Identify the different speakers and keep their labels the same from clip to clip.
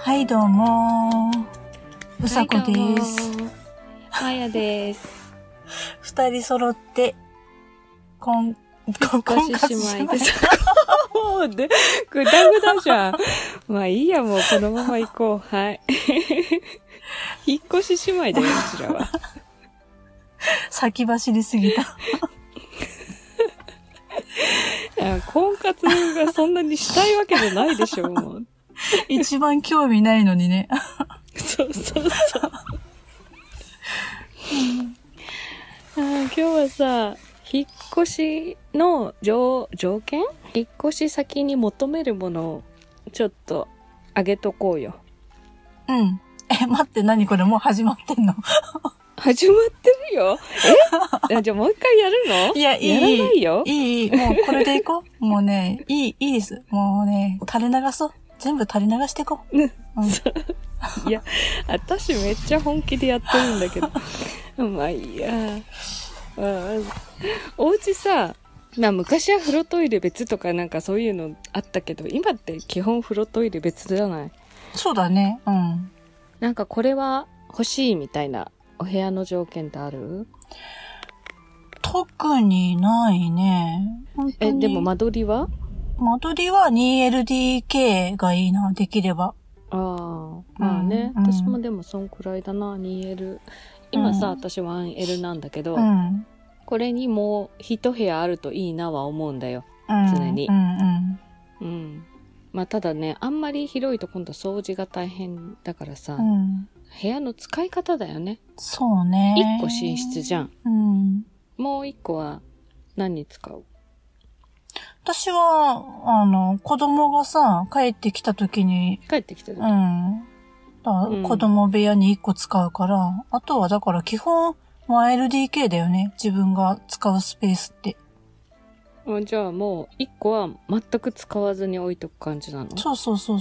Speaker 1: はいどうもうさこです。
Speaker 2: まやです。
Speaker 1: 二人揃って婚活
Speaker 2: 姉妹です。もうでグダグダじゃん。まあいいや、もうこのまま行こう。はい。引っ越し姉妹だよ、うちらは。
Speaker 1: 先走りすぎた。
Speaker 2: 婚活がそんなにしたいわけじゃないでしょ、もう。
Speaker 1: 一番興味ないのにね。
Speaker 2: そうそうそう。今日はさ、引っ越しの条件？引っ越し先に求めるものをちょっとあげとこうよ。
Speaker 1: うん。待って、何これもう始まってんの？
Speaker 2: 始まってるよ。じゃあもう一回やるの？
Speaker 1: いや、いい。
Speaker 2: やらないよ。
Speaker 1: いい。もうこれでいこう。もうね、いいです。もうね、垂れ流そう。全部垂れ流していこう。うん。
Speaker 2: いや、私めっちゃ本気でやってるんだけど。まあいいや。お家さ、まあ昔は風呂トイレ別とかなんかそういうのあったけど、今って基本風呂トイレ別じゃない？
Speaker 1: そうだね。うん。
Speaker 2: なんかこれは欲しいみたいなお部屋の条件ってある？
Speaker 1: 特にないね。本当に。
Speaker 2: でも間取りは
Speaker 1: 2LDK がいいな、できれば。
Speaker 2: まあね、私もでもそんくらいだな、2L。今さ、私 1L なんだけど、これにもう一部屋あるといいなは思うんだよ、常に。まあただね、あんまり広いと今度掃除が大変だからさ、部屋の使い方だよね。
Speaker 1: そうね。
Speaker 2: 1個寝室じゃん。もう1個は何に使う？
Speaker 1: 私は、子供がさ、帰ってきた時に。
Speaker 2: 帰ってきた時。
Speaker 1: 子供部屋に1個使うから、あとはだから基本 1LDK だよね。自分が使うスペースって。
Speaker 2: じゃあもう1個は全く使わずに置いとく感じなの？
Speaker 1: そう。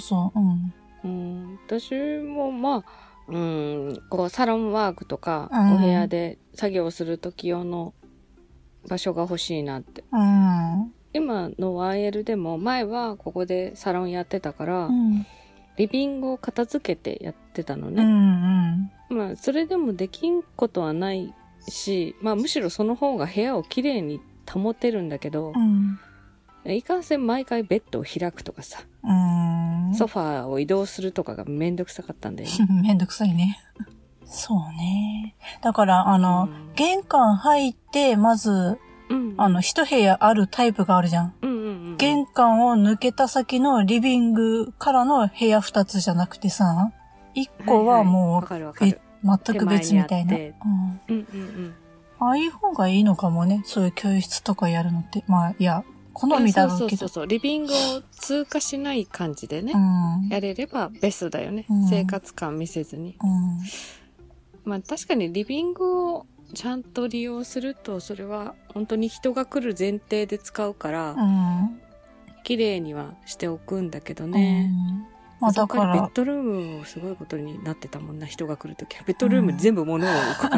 Speaker 2: 私もまあ、こうサロンワークとか、お部屋で作業する時用の場所が欲しいなって。今の 1L でも前はここでサロンやってたから、リビングを片付けてやってたのね。まあそれでもできんことはないし、まあむしろその方が部屋をきれいに保てるんだけど、いかんせん毎回ベッドを開くとかさ、ソファーを移動するとかがめんどくさかったんだよね。
Speaker 1: めんどくさいね。そうね。だから玄関入ってまず、一部屋あるタイプがあるじゃん。玄関を抜けた先のリビングからの部屋2つじゃなくてさ、1個はもう、全く別みたいな。ああいう方がいいのかもね。そういう教室とかやるのって。まあ、いや、好みだろうけど。
Speaker 2: そう。リビングを通過しない感じでね。やれればベストだよね。生活感見せずに。まあ確かにリビングをちゃんと利用すると、それは本当に人が来る前提で使うから、綺麗にはしておくんだけどね。まあだから。ベッドルームもすごいことになってたもんな、人が来るときは。ベッドルーム全部物を置くから。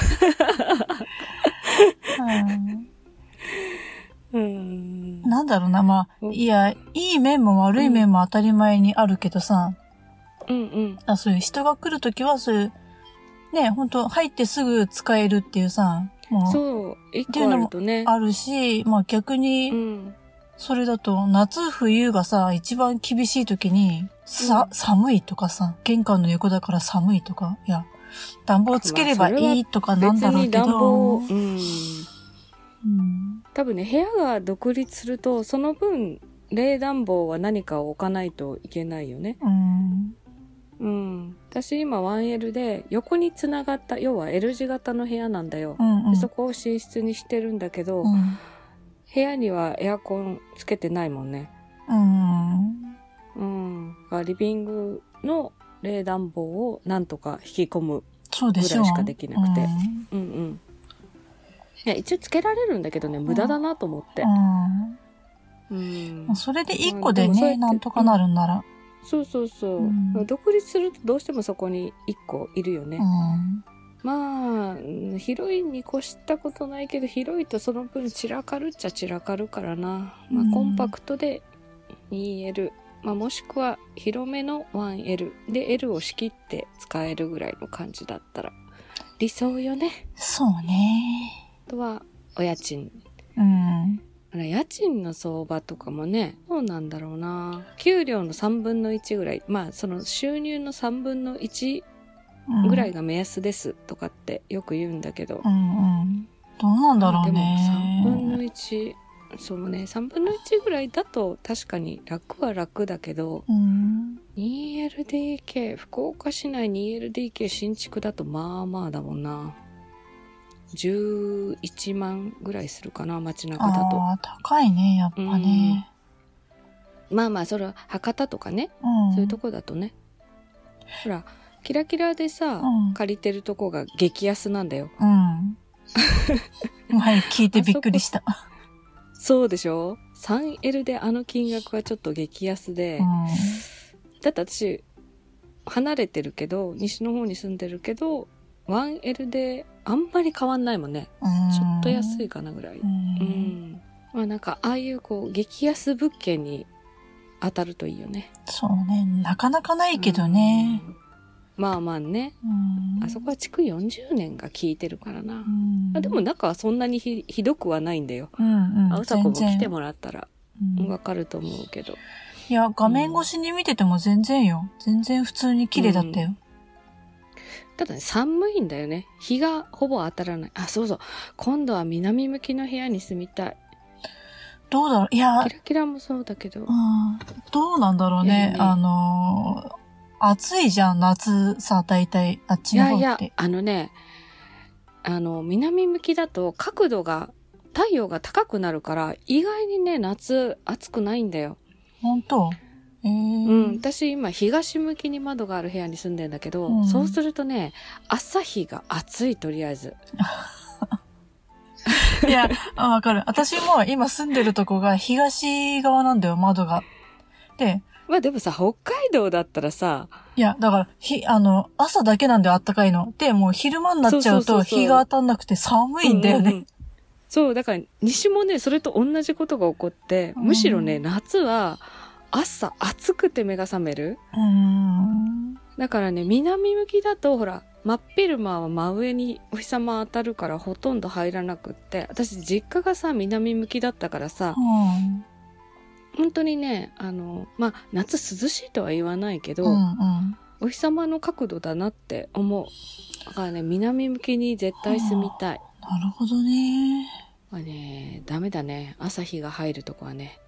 Speaker 1: なんだろうな、まあ、いや、いい面も悪い面も当たり前にあるけどさ。そういう人が来るときは、そういう、ね、ほんと入ってすぐ使えるっていうさ、
Speaker 2: もう。そう、一個あるとね。
Speaker 1: あるし、まあ逆に、それだと夏冬がさ、一番厳しいときに、寒いとかさ、玄関の横だから寒いとか、いや、暖房つければいいとかなんだろうけど、
Speaker 2: 多分ね、部屋が独立すると、その分、冷暖房は何かを置かないといけないよね。私今 1L で横につながった、要は L 字型の部屋なんだよ。でそこを寝室にしてるんだけど、部屋にはエアコンつけてないもんね。リビングの冷暖房をなんとか引き込むぐらいしかできなくて。いや、一応つけられるんだけどね、無駄だなと思って。
Speaker 1: それで1個でね、なんとかなるんなら。
Speaker 2: そう。独立するとどうしてもそこに1個いるよね。まあ、広いに越したことないけど、広いとその分散らかるっちゃ散らかるからな。まあ、コンパクトで 2L まあ、もしくは広めの 1L で L を仕切って使えるぐらいの感じだったら理想よね。
Speaker 1: そうね。
Speaker 2: あとはお家賃。
Speaker 1: うん。
Speaker 2: 家賃の相場とかもね、どうなんだろうな。給料の3分の1ぐらい、まあその収入の3分の1ぐらいが目安ですとかってよく言うんだけど。
Speaker 1: うんうん。どうなんだろうね。
Speaker 2: でも3分の1、そうね、3分の1ぐらいだと確かに楽は楽だけど、2LDK、福岡市内 2LDK 新築だとまあまあだもんな。11万ぐらいするかな、街中だと。
Speaker 1: ああ、高いね、やっぱね。
Speaker 2: まあまあ、それは博多とかね、そういうとこだとね。ほら、キラキラでさ、借りてるとこが激安なんだよ。
Speaker 1: 前聞いてびっくりした。
Speaker 2: そうでしょ ?3L であの金額はちょっと激安で、だって私、離れてるけど、西の方に住んでるけど、1L であんまり変わんないもんね。ちょっと安いかなぐらい。まあなんか、ああいうこう、激安物件に当たるといいよね。
Speaker 1: そうね。なかなかないけどね。
Speaker 2: まあまあね。あそこは築40年が効いてるからな。でも中はそんなに ひどくはないんだよ。うさこも来てもらったらわかると思うけど。
Speaker 1: いや、画面越しに見てても全然よ。全然普通に綺麗だったよ。
Speaker 2: ただね、寒いんだよね。日がほぼ当たらない。あ、そうそう。今度は南向きの部屋に住みたい。
Speaker 1: どうだろう。いや、
Speaker 2: キラキラもそうだけど。
Speaker 1: どうなんだろうね。暑いじゃん、夏さ、大体、あっちの方って。いやい
Speaker 2: や、南向きだと角度が、太陽が高くなるから、意外にね、夏暑くないんだよ。
Speaker 1: 本当？
Speaker 2: 私今東向きに窓がある部屋に住んでんだけど、そうするとね、朝日が暑い、とりあえず。
Speaker 1: いや、わかる。私も今住んでるとこが東側なんだよ、窓が。で、
Speaker 2: まあでもさ、北海道だったらさ、
Speaker 1: いや、だから、朝だけなんだよ、暖かいの。で、もう昼間になっちゃうと日が当たんなくて寒いんだよね。
Speaker 2: そう、だから西もね、それと同じことが起こって、むしろね、夏は朝暑くて目が覚める。だからね、南向きだと、ほら、真っ昼間は真上にお日様当たるからほとんど入らなくって、私実家がさ、南向きだったからさ、本当にね、まあ、夏涼しいとは言わないけど、お日様の角度だなって思う。だからね、南向きに絶対住みたい。
Speaker 1: なるほどね。
Speaker 2: まあね、ダメだね。朝日が入るとこはね。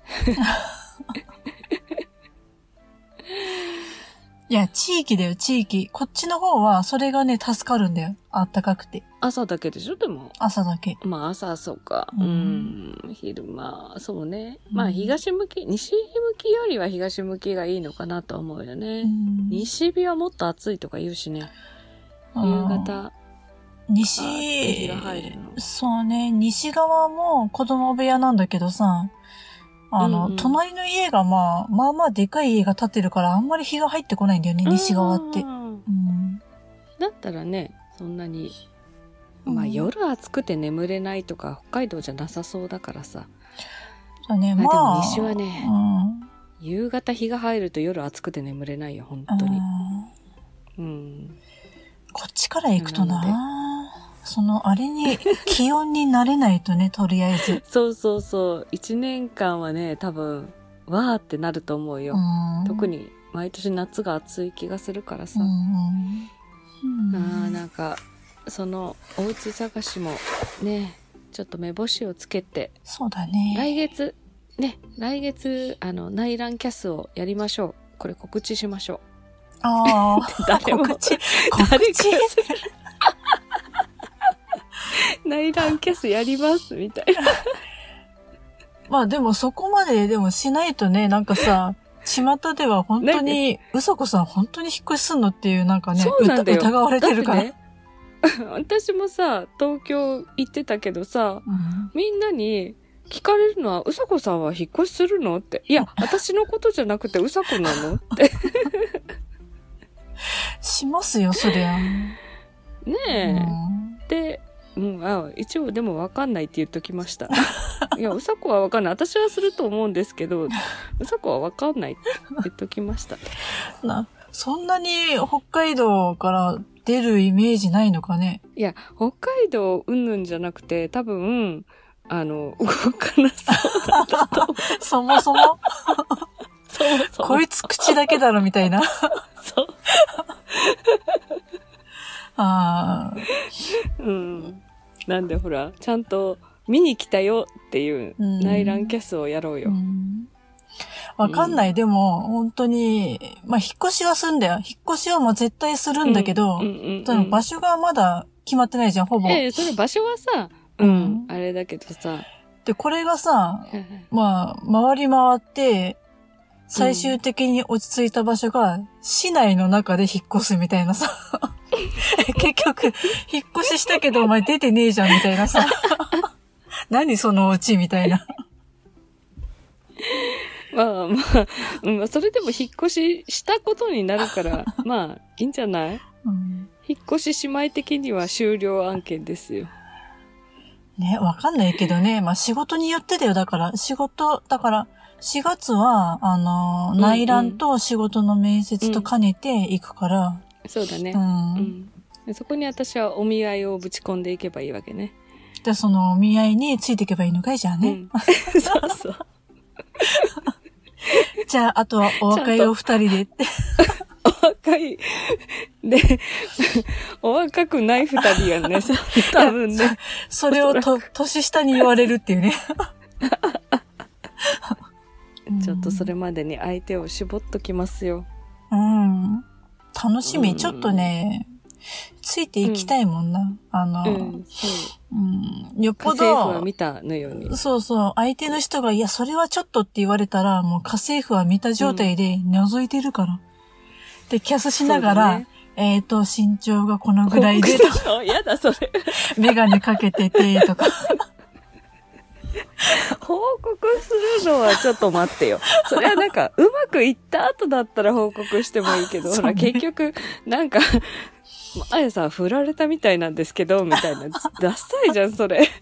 Speaker 1: いや、地域だよ、地域。こっちの方は、それがね、助かるんだよ。あったかくて。
Speaker 2: 朝だけでしょ、でも。
Speaker 1: 朝だけ。
Speaker 2: まあ、朝、そうか。昼間、そうね。まあ、東向き、西向きよりは東向きがいいのかなと思うよね。西日はもっと暑いとか言うしね。夕方。日が入るの。
Speaker 1: そうね、西側も子供部屋なんだけどさ、隣の家がまあでかい家が建ってるからあんまり日が入ってこないんだよね、西側って。
Speaker 2: だったらね、そんなに、まあ夜暑くて眠れないとか北海道じゃなさそうだからさ。
Speaker 1: そうね、
Speaker 2: まあでも西はね、夕方日が入ると夜暑くて眠れないよ、本当に。
Speaker 1: こっちから行くとあれに、気温に慣れないとね、とりあえず。
Speaker 2: そうそうそう。1年間はね、多分、わーってなると思うよ。特に、毎年夏が暑い気がするからさ。なんか、その、お家探しも、ね、ちょっと目星をつけて。
Speaker 1: そうだね。
Speaker 2: 来月、内覧キャスをやりましょう。これ告知しましょう。
Speaker 1: ああ、告知
Speaker 2: 内覧キャスやりますみたいな。
Speaker 1: まあでもそこまででもしないとね、なんかさ、巷では本当に、うさこさん本当に引っ越しすんのっていうなんかね、疑われてるから。
Speaker 2: 私もさ、東京行ってたけどさ、みんなに聞かれるのは、うさこさんは引っ越しするのって。いや、私のことじゃなくてうさこなのって。
Speaker 1: しますよ、そりゃ。
Speaker 2: ねえ。で、 一応でも分かんないって言っときました。いや、うさこは分かんない。私はすると思うんですけど、うさこは分かんないって言っときました。
Speaker 1: そんなに北海道から出るイメージないのかね。
Speaker 2: いや、北海道うんぬんじゃなくて、多分、動かなそうだったと思う。
Speaker 1: そもそもこいつ口だけだろみたいな。
Speaker 2: そう。なんでほら、ちゃんと見に来たよっていう内覧キャスをやろうよ。
Speaker 1: わかんない。でも、本当に、引っ越しはするんだよ。引っ越しはもう絶対するんだけど、場所がまだ決まってないじゃん、ほぼ。
Speaker 2: それ場所はさ、あれだけどさ。
Speaker 1: で、これがさ、回り回って、最終的に落ち着いた場所が、市内の中で引っ越すみたいなさ。結局、引っ越ししたけどお前出てねえじゃんみたいなさ。何そのうちみたいな。
Speaker 2: それでも引っ越ししたことになるから、いいんじゃない？引っ越し姉妹的には終了案件ですよ。
Speaker 1: ね、わかんないけどね。仕事によってだよ。だから、4月は、内覧と仕事の面接と兼ねて行くから。
Speaker 2: そうだね。そこに私はお見合いをぶち込んでいけばいいわけね。
Speaker 1: で、そのお見合いについていけばいいのかいじゃあね。
Speaker 2: そうそう。
Speaker 1: じゃあ、あとはお若いお二人でって。
Speaker 2: お若い。で、お若くない二人やね。多分ね。
Speaker 1: それを年下に言われるっていうね。
Speaker 2: ちょっとそれまでに相手を絞っときますよ。
Speaker 1: 楽しみ。ちょっとね、ついていきたいもんな。よっぽど。
Speaker 2: 家政婦は見たのように。
Speaker 1: そうそう。相手の人が、いや、それはちょっとって言われたら、もう家政婦は見た状態で覗いてるから。で、キャスしながら、身長がこのぐらいで。
Speaker 2: やだ、それ。
Speaker 1: メガネかけてて、とか。
Speaker 2: 報告するのはちょっと待ってよ。それはなんか、うまくいった後だったら報告してもいいけど、ほら、結局、なんか、あやさん振られたみたいなんですけど、みたいな。ダサいじゃん、それ。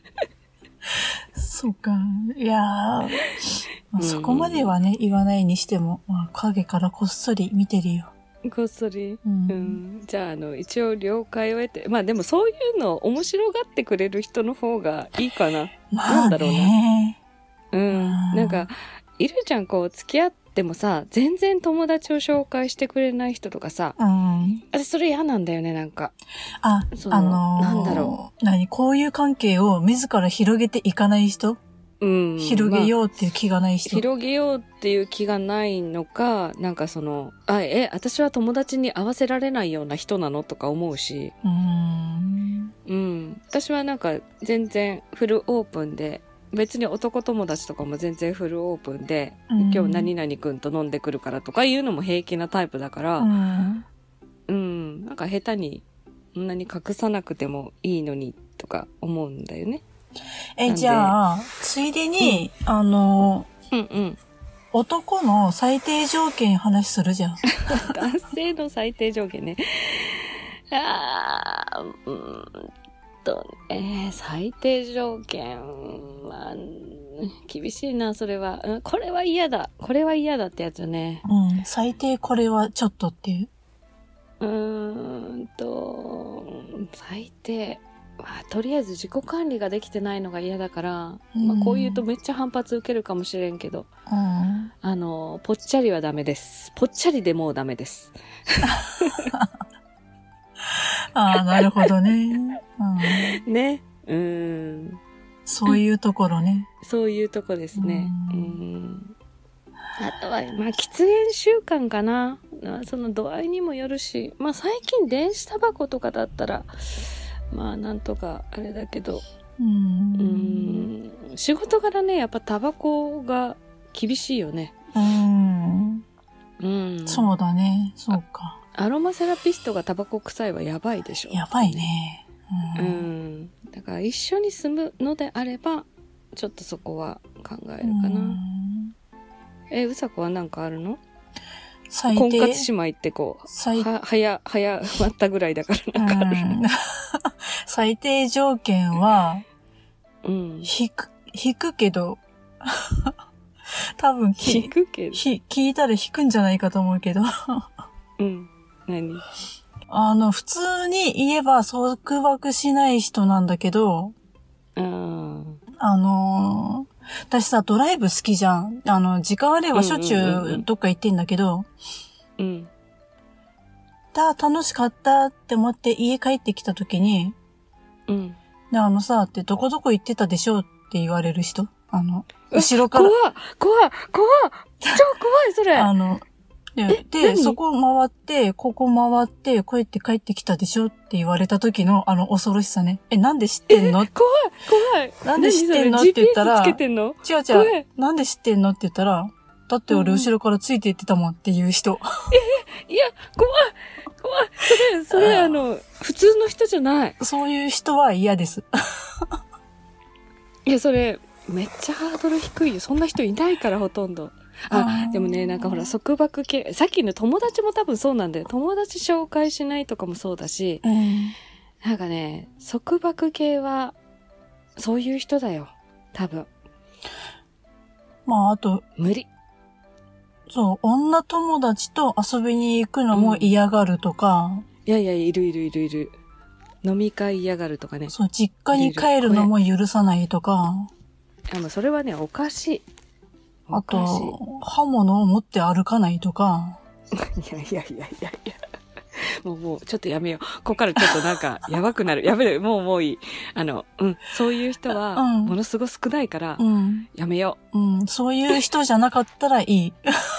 Speaker 1: そうか。いやー、そこまではね、言わないにしても、影からこっそり見てるよ。
Speaker 2: こっそり。じゃあ、一応了解を得て。でもそういうの面白がってくれる人の方がいいかな。なんだろうね。なんか、いるじゃん、付き合ってもさ、全然友達を紹介してくれない人とかさ。私それ嫌なんだよね、なんか。なんだろ
Speaker 1: う。こういう関係を自ら広げていかない人？広げようっていう気がない人。
Speaker 2: 広げようっていう気がないのか、なんか私は友達に合わせられないような人なのとか思うし。私はなんか全然フルオープンで、別に男友達とかも全然フルオープンで、今日何々くんと飲んでくるからとかいうのも平気なタイプだから、なんか下手に、そんなに隠さなくてもいいのにとか思うんだよね。
Speaker 1: じゃあ、ついでに、男の最低条件話するじゃん。
Speaker 2: 男性の最低条件ね。最低条件は、厳しいな、それは。これは嫌だ。これは嫌だってやつね。
Speaker 1: 最低これはちょっとっていう。
Speaker 2: 最低。とりあえず自己管理ができてないのが嫌だから、こう言うとめっちゃ反発受けるかもしれんけど、ぽっちゃりはダメです。ぽっちゃりでもうダメです。
Speaker 1: なるほどね。
Speaker 2: ね。
Speaker 1: そういうところね。
Speaker 2: そういうとこですね。あとは、喫煙習慣かな。その度合いにもよるし、最近電子タバコとかだったら、なんとかあれだけど、仕事柄ね、やっぱタバコが厳しいよね。
Speaker 1: そうだね。そうか。
Speaker 2: アロマセラピストがタバコ臭いはやばいでしょ。
Speaker 1: やばいね。
Speaker 2: だから一緒に住むのであれば、ちょっとそこは考えるかな。うさこはなんかあるの？婚活姉妹って早まったぐらいだからなんかある。
Speaker 1: 最低条件は、引くけど、多分
Speaker 2: 引くけど。
Speaker 1: 聞いたら引くんじゃないかと思うけど。
Speaker 2: 何？
Speaker 1: 普通に言えば束縛しない人なんだけど、私さ、ドライブ好きじゃん。時間あればしょっちゅうどっか行ってんだけど、楽しかったって思って家帰ってきた時に、さ、ってどこどこ行ってたでしょって言われる人？後ろから。
Speaker 2: 怖い超怖い、それ。
Speaker 1: で、そこ回って、ここ回って、こうやって帰ってきたでしょって言われた時の恐ろしさね。なんで知ってんの？
Speaker 2: 怖い。
Speaker 1: なんで知ってんのって言ったら、
Speaker 2: GPS つけてんの？
Speaker 1: 違う。なんで知ってんのって言ったら、だって俺後ろからついて行ってたもんっていう人。
Speaker 2: いや、怖い。それ普通の人じゃない。
Speaker 1: そういう人は嫌です。
Speaker 2: いや、それ、めっちゃハードル低いよ。そんな人いないから、ほとんど。でもね、なんかほら、束縛系、さっきの友達も多分そうなんだよ。友達紹介しないとかもそうだし、なんかね、束縛系は、そういう人だよ。多分。
Speaker 1: あと、
Speaker 2: 無理。
Speaker 1: そう、女友達と遊びに行くのも嫌がるとか。
Speaker 2: いや、いる。飲み会嫌がるとかね。
Speaker 1: そう、実家に帰るのも許さないとか。
Speaker 2: もうそれはね、おかしい。
Speaker 1: あと、刃物を持って歩かないとか。
Speaker 2: いや。もう、ちょっとやめよう。ここからちょっとなんか、やばくなる。やめる。もういい。そういう人は、ものすごく少ないから、やめよ
Speaker 1: う。そういう人じゃなかったらいい。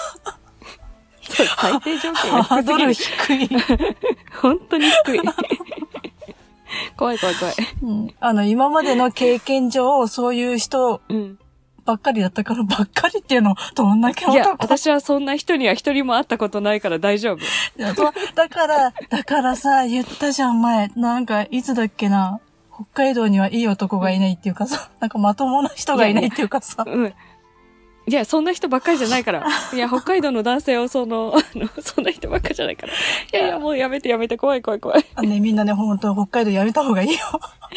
Speaker 2: 最低条件が低すぎる。
Speaker 1: ハードル低い。
Speaker 2: 本当に低い。怖い。
Speaker 1: 今までの経験上、そういう人、ばっかりだったから、ばっかりっていうの、どんだけ男？
Speaker 2: いや、私はそんな人には一人も会ったことないから大丈夫。
Speaker 1: だからさ、言ったじゃん、前。なんか、いつだっけな。北海道にはいい男がいないっていうかさ、なんかまともな人がいないっていうかさ。
Speaker 2: いや、そんな人ばっかりじゃないから。いや、北海道の男性をそんな人ばっかりじゃないから。いや、もうやめて、怖い。
Speaker 1: みんなね、ほんと、北海道やめた方がいいよ。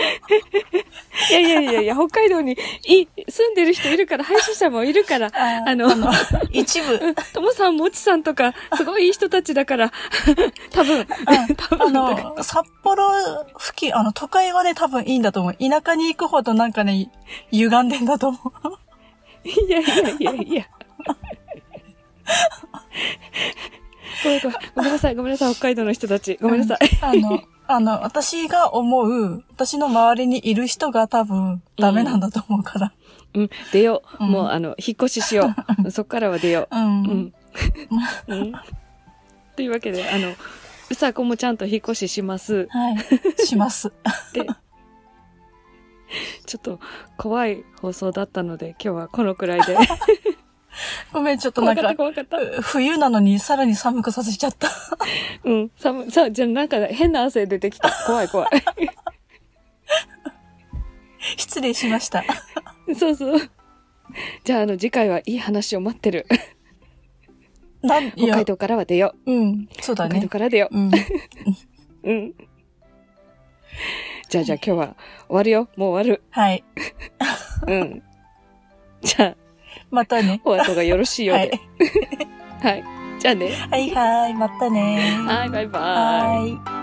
Speaker 2: いや、北海道に住んでる人いるから、配信者もいるから、
Speaker 1: 一部。
Speaker 2: ともさん、もちさんとか、すごいいい人たちだから、多分。
Speaker 1: 札幌付近、都会はね、多分いいんだと思う。田舎に行くほどなんかね、歪んでんだと思う。
Speaker 2: いや。ごめんなさい、北海道の人たち。ごめんなさい。
Speaker 1: 私が思う、私の周りにいる人が多分ダメなんだと思うから。
Speaker 2: 出よう。もう、引っ越ししよう。そっからは出よう。というわけで、うさこもちゃんと引っ越しします。
Speaker 1: はい、します。
Speaker 2: で、ちょっと怖い放送だったので、今日はこのくらいで。
Speaker 1: ごめん、ちょっとなんか、
Speaker 2: 怖かった。
Speaker 1: 冬なのにさらに寒くさせちゃった。
Speaker 2: じゃあなんか変な汗出てきた。怖い。
Speaker 1: 失礼しました。
Speaker 2: そう。じゃあ次回はいい話を待ってる。北海道からは出よ
Speaker 1: う。そうだね。
Speaker 2: 北海道から出よう。じゃあ今日は終わるよ。もう終わる。
Speaker 1: はい。
Speaker 2: じゃあ。
Speaker 1: またね。
Speaker 2: お後がよろしいようで。はい。じゃあね。
Speaker 1: はい、またね。
Speaker 2: はい、バイバイ。
Speaker 1: はい。